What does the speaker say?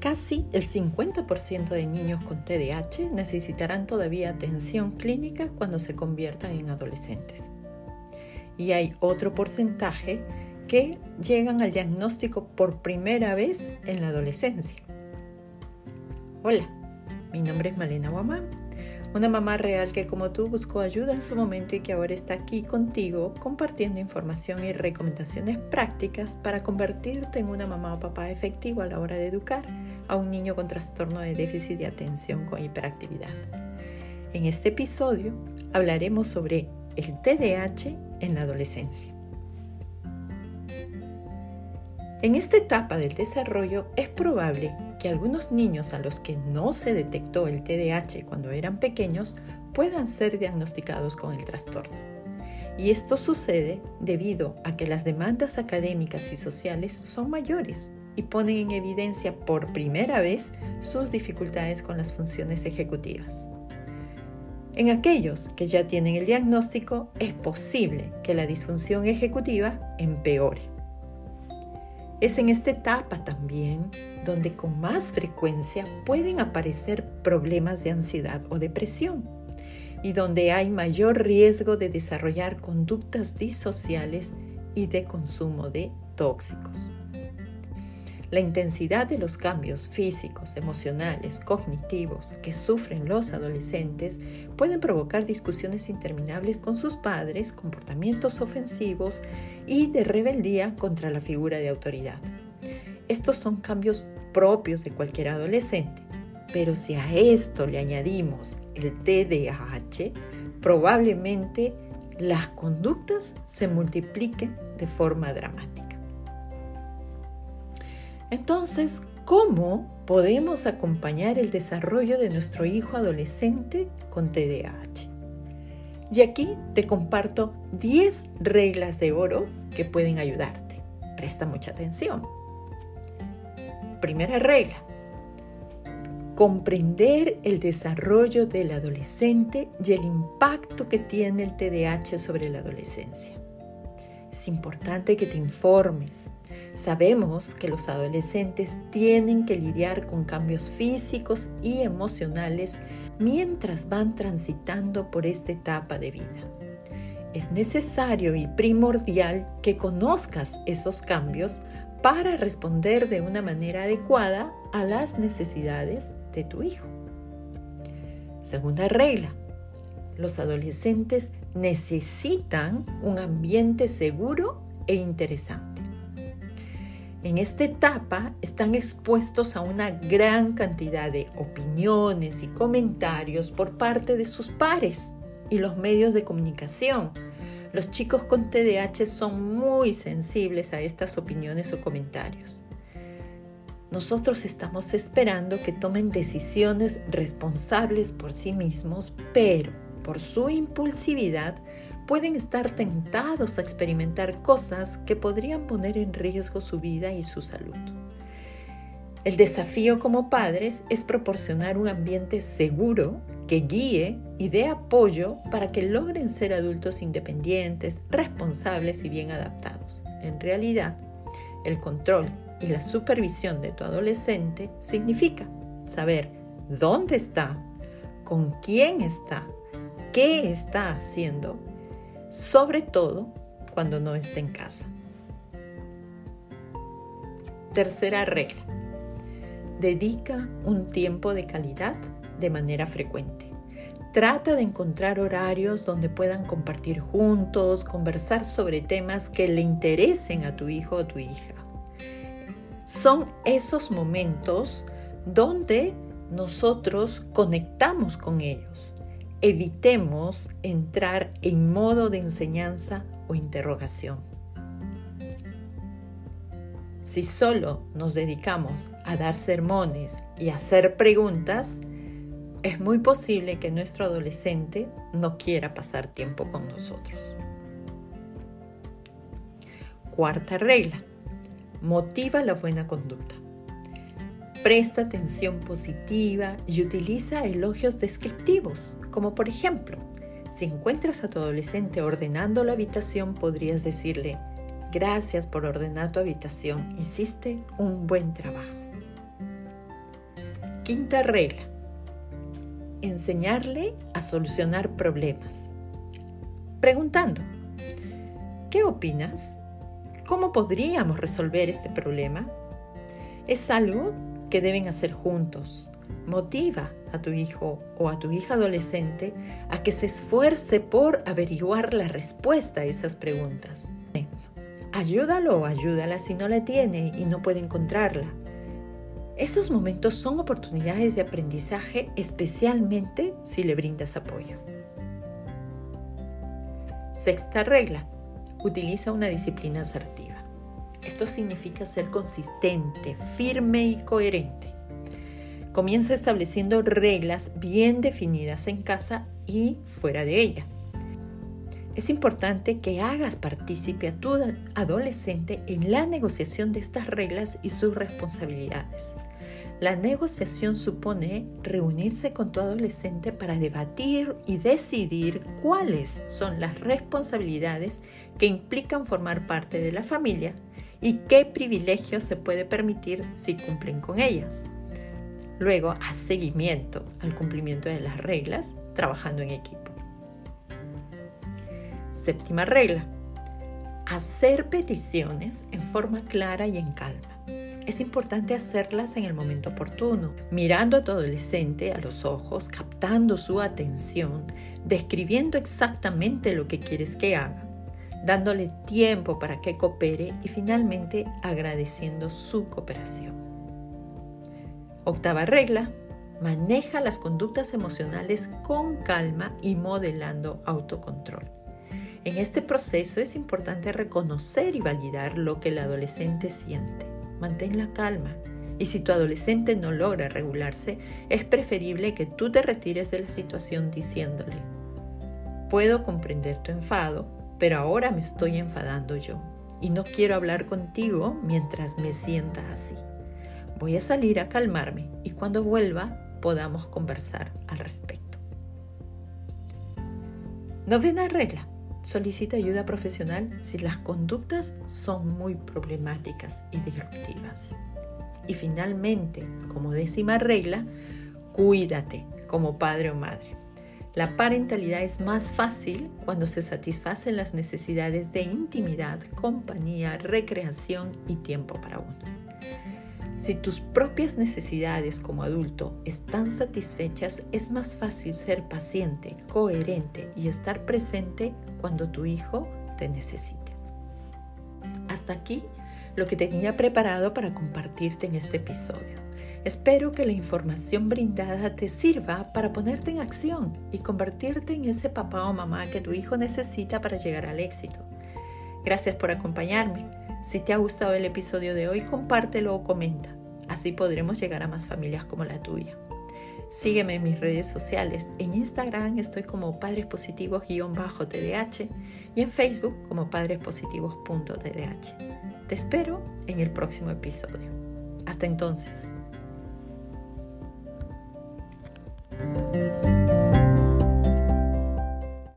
Casi el 50% de niños con TDAH necesitarán todavía atención clínica cuando se conviertan en adolescentes. Y hay otro porcentaje que llegan al diagnóstico por primera vez en la adolescencia. Hola, mi nombre es Malena Guamán, una mamá real que como tú buscó ayuda en su momento y que ahora está aquí contigo compartiendo información y recomendaciones prácticas para convertirte en una mamá o papá efectivo a la hora de educar a un niño con trastorno de déficit de atención con hiperactividad. En este episodio hablaremos sobre el TDAH en la adolescencia. En esta etapa del desarrollo es probable que algunos niños a los que no se detectó el TDAH cuando eran pequeños puedan ser diagnosticados con el trastorno. Y esto sucede debido a que las demandas académicas y sociales son mayores y ponen en evidencia por primera vez sus dificultades con las funciones ejecutivas. En aquellos que ya tienen el diagnóstico, es posible que la disfunción ejecutiva empeore. Es en esta etapa también donde con más frecuencia pueden aparecer problemas de ansiedad o depresión y donde hay mayor riesgo de desarrollar conductas disociales y de consumo de tóxicos. La intensidad de los cambios físicos, emocionales, cognitivos que sufren los adolescentes pueden provocar discusiones interminables con sus padres, comportamientos ofensivos y de rebeldía contra la figura de autoridad. Estos son cambios propios de cualquier adolescente, pero si a esto le añadimos el TDAH, probablemente las conductas se multipliquen de forma dramática. Entonces, ¿cómo podemos acompañar el desarrollo de nuestro hijo adolescente con TDAH? Y aquí te comparto 10 reglas de oro que pueden ayudarte. Presta mucha atención. Primera regla: comprender el desarrollo del adolescente y el impacto que tiene el TDAH sobre la adolescencia. Es importante que te informes. Sabemos que los adolescentes tienen que lidiar con cambios físicos y emocionales mientras van transitando por esta etapa de vida. Es necesario y primordial que conozcas esos cambios para responder de una manera adecuada a las necesidades de tu hijo. Segunda regla: los adolescentes necesitan un ambiente seguro e interesante. En esta etapa están expuestos a una gran cantidad de opiniones y comentarios por parte de sus pares y los medios de comunicación. Los chicos con TDAH son muy sensibles a estas opiniones o comentarios. Nosotros estamos esperando que tomen decisiones responsables por sí mismos, pero por su impulsividad pueden estar tentados a experimentar cosas que podrían poner en riesgo su vida y su salud. El desafío como padres es proporcionar un ambiente seguro que guíe y dé apoyo para que logren ser adultos independientes, responsables y bien adaptados. En realidad, el control y la supervisión de tu adolescente significa saber dónde está, con quién está, qué está haciendo, sobre todo cuando no está en casa. Tercera regla: dedica un tiempo de calidad de manera frecuente. Trata de encontrar horarios donde puedan compartir juntos, conversar sobre temas que le interesen a tu hijo o tu hija. Son esos momentos donde nosotros conectamos con ellos. Evitemos entrar en modo de enseñanza o interrogación. Si solo nos dedicamos a dar sermones y a hacer preguntas, es muy posible que nuestro adolescente no quiera pasar tiempo con nosotros. Cuarta regla: motiva la buena conducta. Presta atención positiva y utiliza elogios descriptivos, como por ejemplo, si encuentras a tu adolescente ordenando la habitación, podrías decirle: gracias por ordenar tu habitación, hiciste un buen trabajo. Quinta regla: enseñarle a solucionar problemas. Preguntando: ¿qué opinas? ¿Cómo podríamos resolver este problema? Es algo que deben hacer juntos. Motiva a tu hijo o a tu hija adolescente a que se esfuerce por averiguar la respuesta a esas preguntas. Ayúdalo o ayúdala si no la tiene y no puede encontrarla. Esos momentos son oportunidades de aprendizaje, especialmente si le brindas apoyo. Sexta regla: utiliza una disciplina asertiva. Esto significa ser consistente, firme y coherente. Comienza estableciendo reglas bien definidas en casa y fuera de ella. Es importante que hagas partícipe a tu adolescente en la negociación de estas reglas y sus responsabilidades. La negociación supone reunirse con tu adolescente para debatir y decidir cuáles son las responsabilidades que implican formar parte de la familia y qué privilegios se puede permitir si cumplen con ellas. Luego, haz seguimiento al cumplimiento de las reglas trabajando en equipo. Séptima regla: hacer peticiones en forma clara y en calma. Es importante hacerlas en el momento oportuno, mirando a tu adolescente a los ojos, captando su atención, describiendo exactamente lo que quieres que haga, dándole tiempo para que coopere y finalmente agradeciendo su cooperación. Octava regla: maneja las conductas emocionales con calma y modelando autocontrol. En este proceso es importante reconocer y validar lo que el adolescente siente. Mantén la calma y si tu adolescente no logra regularse, es preferible que tú te retires de la situación diciéndole: puedo comprender tu enfado, pero ahora me estoy enfadando yo y no quiero hablar contigo mientras me sientas así. Voy a salir a calmarme y cuando vuelva podamos conversar al respecto. Novena regla: solicita ayuda profesional si las conductas son muy problemáticas y disruptivas. Y finalmente, como décima regla, cuídate como padre o madre. La parentalidad es más fácil cuando se satisfacen las necesidades de intimidad, compañía, recreación y tiempo para uno. Si tus propias necesidades como adulto están satisfechas, es más fácil ser paciente, coherente y estar presente cuando tu hijo te necesite. Hasta aquí lo que tenía preparado para compartirte en este episodio. Espero que la información brindada te sirva para ponerte en acción y convertirte en ese papá o mamá que tu hijo necesita para llegar al éxito. Gracias por acompañarme. Si te ha gustado el episodio de hoy, compártelo o comenta. Así podremos llegar a más familias como la tuya. Sígueme en mis redes sociales. En Instagram estoy como padrespositivos_tdh y en Facebook como padrespositivos.tdh. Te espero en el próximo episodio. Hasta entonces.